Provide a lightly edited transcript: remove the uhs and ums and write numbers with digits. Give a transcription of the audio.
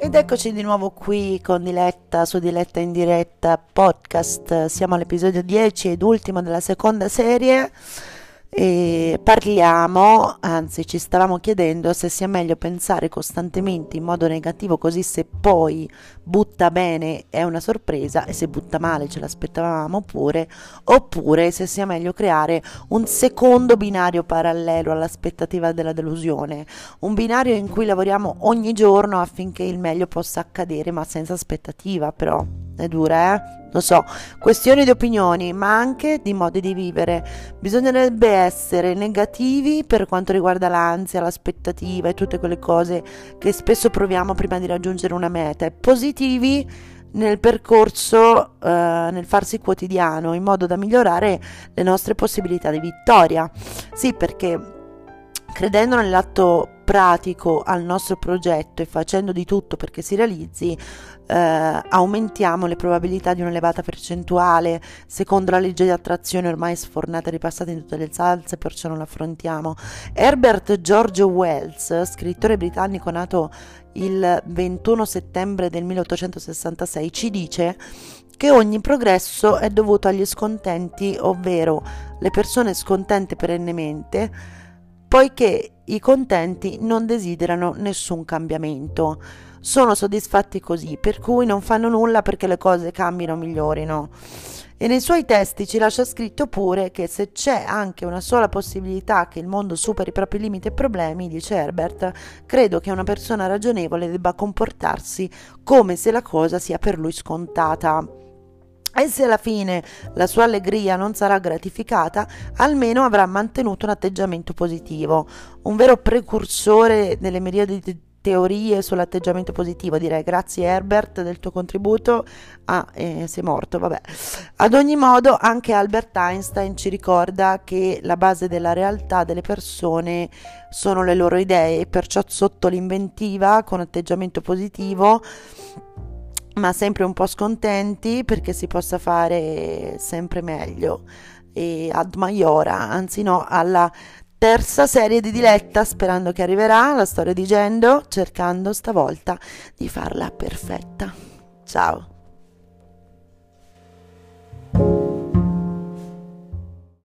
Ed eccoci di nuovo qui con Diletta su Diletta in diretta podcast. Siamo all'episodio 10 ed ultimo della seconda serie e parliamo, anzi ci stavamo chiedendo se sia meglio pensare costantemente in modo negativo, così se poi butta bene è una sorpresa e se butta male ce l'aspettavamo pure, oppure se sia meglio creare un secondo binario parallelo all'aspettativa della delusione, un binario in cui lavoriamo ogni giorno affinché il meglio possa accadere, ma senza aspettativa. Però è dura, lo so, questioni di opinioni, ma anche di modi di vivere. Bisognerebbe essere negativi per quanto riguarda l'ansia, l'aspettativa e tutte quelle cose che spesso proviamo prima di raggiungere una meta, e positivi nel percorso, nel farsi quotidiano, in modo da migliorare le nostre possibilità di vittoria. Sì, perché credendo nell'atto pratico al nostro progetto e facendo di tutto perché si realizzi, aumentiamo le probabilità di un'elevata percentuale, secondo la legge di attrazione ormai sfornata e ripassata in tutte le salse, perciò non l'affrontiamo. Herbert George Wells, scrittore britannico nato il 21 settembre del 1866, ci dice che ogni progresso è dovuto agli scontenti, ovvero le persone scontente perennemente, poiché i contenti non desiderano nessun cambiamento, sono soddisfatti così, per cui non fanno nulla perché le cose cambino o migliorino. E nei suoi testi ci lascia scritto pure che se c'è anche una sola possibilità che il mondo superi i propri limiti e problemi, dice Herbert, credo che una persona ragionevole debba comportarsi come se la cosa sia per lui scontata. E se alla fine la sua allegria non sarà gratificata, almeno avrà mantenuto un atteggiamento positivo, un vero precursore delle miriadi di teorie sull'atteggiamento positivo, direi. Grazie Herbert del tuo contributo. Sei morto, vabbè. Ad ogni modo, anche Albert Einstein ci ricorda che la base della realtà delle persone sono le loro idee, e perciò sotto l'inventiva, con atteggiamento positivo, ma sempre un po' scontenti perché si possa fare sempre meglio, e ad maiora, anzi no, alla terza serie di Diletta, sperando che arriverà, la storia di Gendo, cercando stavolta di farla perfetta. Ciao.